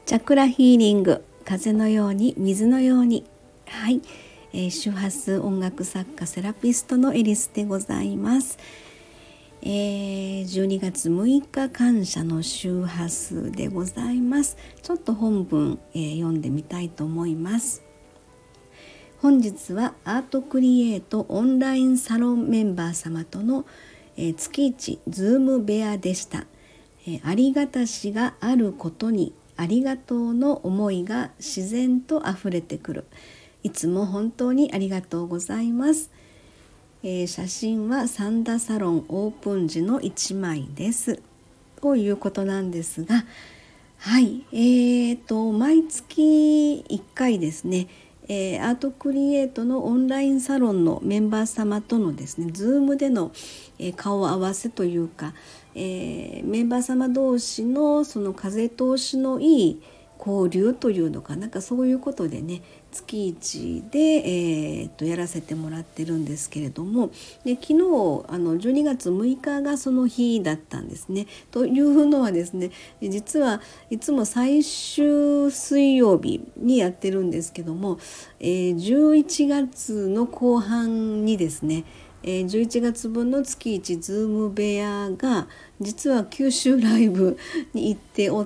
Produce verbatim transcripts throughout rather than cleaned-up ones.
チャクラヒーリング、風のように水のように。はい、えー、周波数音楽作家セラピストのエリスでございます。えー、じゅうにがつむいか感謝の周波数でございます。ちょっと本文、えー、読んでみたいと思います。本日はアートクリエイトオンラインサロンメンバー様との、えー、月一ズーム部屋でした。えー、ありがたしがあることにありがとうの思いが自然とあふれてくる。いつも本当にありがとうございます。えー、写真はサンダサロンオープン時のいちまいですということなんですが、はい、えーと毎月いっかいですね、えー、アートクリエイトのオンラインサロンのメンバー様とのですね、ズームでの、えー、顔合わせというか、えー、メンバー様同士のその風通しのいい交流というのかなんかそういうことでね、月一で、えー、とやらせてもらってるんですけれども、で昨日あのじゅうにがつむいかがその日だったんですね。というのはですね、実はいつも最終水曜日にやってるんですけども、えー、じゅういちがつの後半にですね、えー、じゅういちがつぶんの月一ズーム部屋が実は九州ライブに行っておって、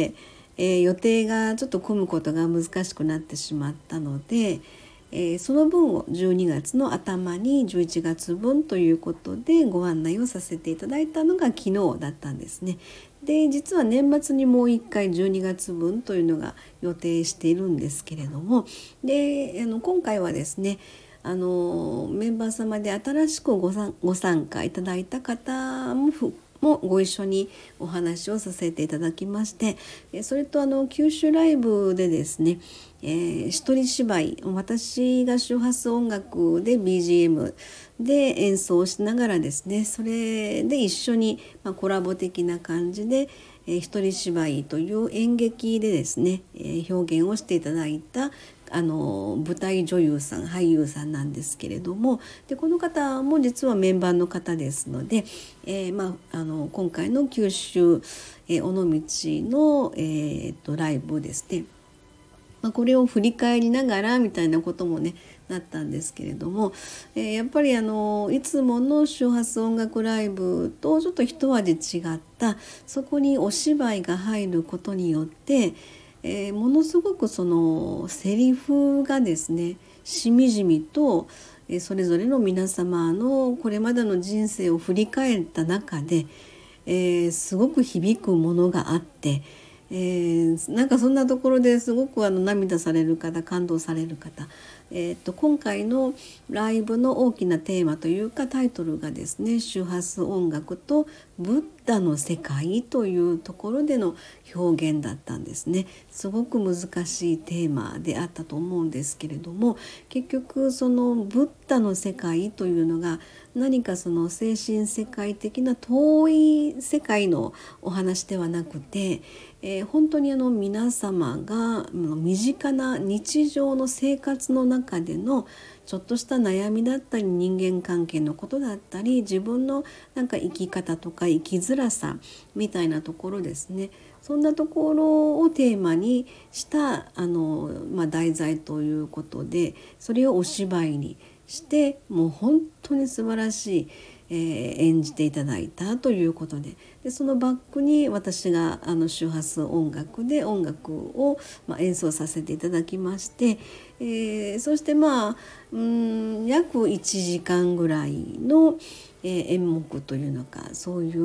えー、予定がちょっと組むことが難しくなってしまったので、えー、その分をじゅうにがつの頭にじゅういちがつぶんということでご案内をさせていただいたのが昨日だったんですね。で実は年末にもういっかいじゅうにがつぶんというのが予定しているんですけれども、であの今回はですね、あのメンバー様で新しくご参ご参加いただいた方ももご一緒にお話をさせていただきまして、それとあの九州ライブでですね、えー、一人芝居、私が周波数音楽で ビージーエム で演奏しながらですね、それで一緒に、まあ、コラボ的な感じで、えー、一人芝居という演劇でですね、えー、表現をしていただいたあの舞台女優さん俳優さんなんですけれども、でこの方も実はメンバーの方ですので、えーまあ、あの今回の九州、えー、尾道の、えー、とライブですね、まあ、これを振り返りながらみたいなこともねなったんですけれども、えー、やっぱりあのいつもの周波数音楽ライブとちょっと一味違った、そこにお芝居が入ることによってえー、ものすごくそのセリフがですねしみじみと、えー、それぞれの皆様のこれまでの人生を振り返った中で、えー、すごく響くものがあって、えー、なんかそんなところですごくあの涙される方感動される方、えー、と今回のライブの大きなテーマというかタイトルがですね、周波数音楽とブッダの世界というところでの表現だったんですね。すごく難しいテーマであったと思うんですけれども、結局そのブッダの世界というのが何かその精神世界的な遠い世界のお話ではなくて、えー、本当にあの皆様が身近な日常の生活の中でのちょっとした悩みだったり人間関係のことだったり自分のなんか生き方とか生きづらさみたいなところですね、そんなところをテーマにしたあの、まあ、題材ということで、それをお芝居にしてもう本当に素晴らしい、えー、演じていただいたということで、でそのバックに私があの周波数音楽で音楽を、まあ、演奏させていただきまして、えー、そしてまあうん約いちじかんぐらいの、えー、演目というのかそういう、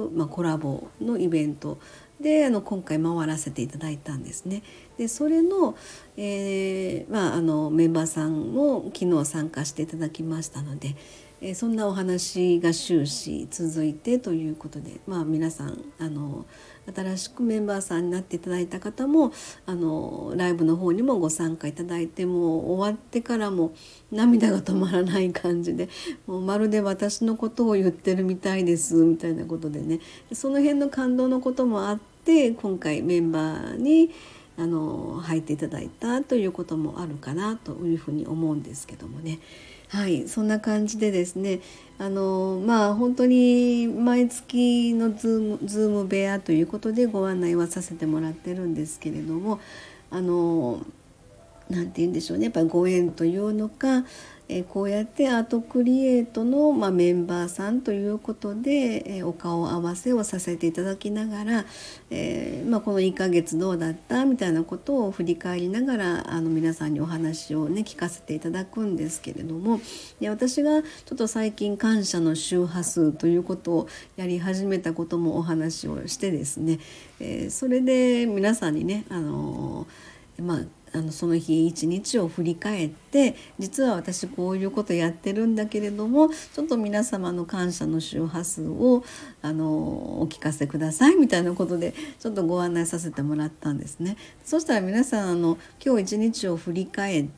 まあ、コラボのイベントであの今回回らせていただいたんですね。でそれの、えーまあ、あのメンバーさんも昨日参加していただきましたので、えー、そんなお話が終始続いてということで、まあ、皆さんあの新しくメンバーさんになっていただいた方もあのライブの方にもご参加いただいて、もう終わってからも涙が止まらない感じで、もうまるで私のことを言ってるみたいですみたいなことでね、その辺の感動のこともあって今回メンバーにあの入っていただいたということもあるかなというふうに思うんですけどもね。 はい、そんな感じでですね、あのまあ本当に毎月のズーム、ズーム部屋ということでご案内はさせてもらってるんですけれども、あのなんて言うんでしょうね、やっぱりご縁というのか、えーこうやってアートクリエイトの、まあ、メンバーさんということで、えーお顔合わせをさせていただきながら、えーまあ、このいっかげつどうだったみたいなことを振り返りながらあの皆さんにお話をね聞かせていただくんですけれども、で私がちょっと最近感謝の周波数ということをやり始めたこともお話をしてですね、えーそれで皆さんにね、あのーまああのその日一日を振り返って、実は私こういうことやってるんだけれども、ちょっと皆様の感謝の周波数をあのお聞かせくださいみたいなことでちょっとご案内させてもらったんですね。そしたら皆さんあの今日一日を振り返って、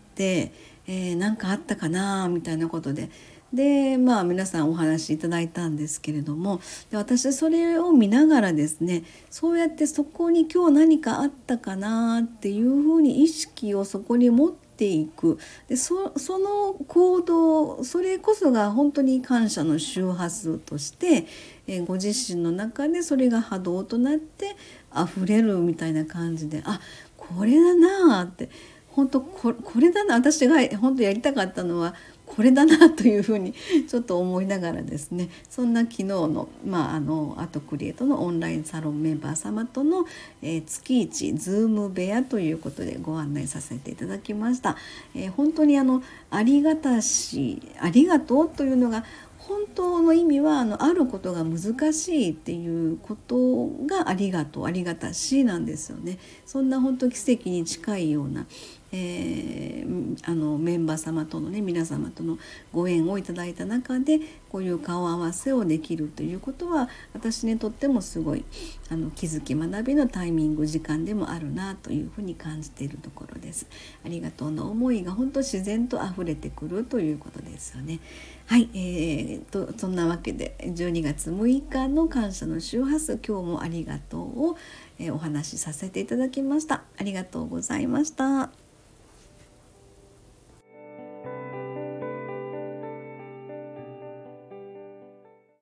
えー、何かあったかなみたいなことででまあ皆さんお話しいただいたんですけれども、で私それを見ながらですね、そうやってそこに今日何かあったかなっていうふうに意識をそこに持っていく。で そ, その行動、それこそが本当に感謝の周波数として、えーご自身の中でそれが波動となって溢れるみたいな感じで、あ、これだなって本当 こ, これだな、私が本当やりたかったのはこれだなというふうにちょっと思いながらですね、そんな昨日の,、まあ、あのアートクリエイトのオンラインサロンメンバー様との、えー、月一ズーム部屋ということでご案内させていただきました。えー、本当にあのありがたしありがとうというのが本当の意味はあのあることが難しいっていうことがありがとうありがたしなんですよね。そんな本当奇跡に近いような、えー、あのメンバー様とのね皆様とのご縁をいただいた中でこういう顔合わせをできるということは私にとってもすごいあの気づき学びのタイミング時間でもあるなというふうに感じているところです。ありがとうの思いが本当自然と溢れてくるということですよね。はい、えー、とそんなわけでじゅうにがつむいかの感謝の周波数、今日もありがとうを、えー、お話しさせていただきました。ありがとうございました。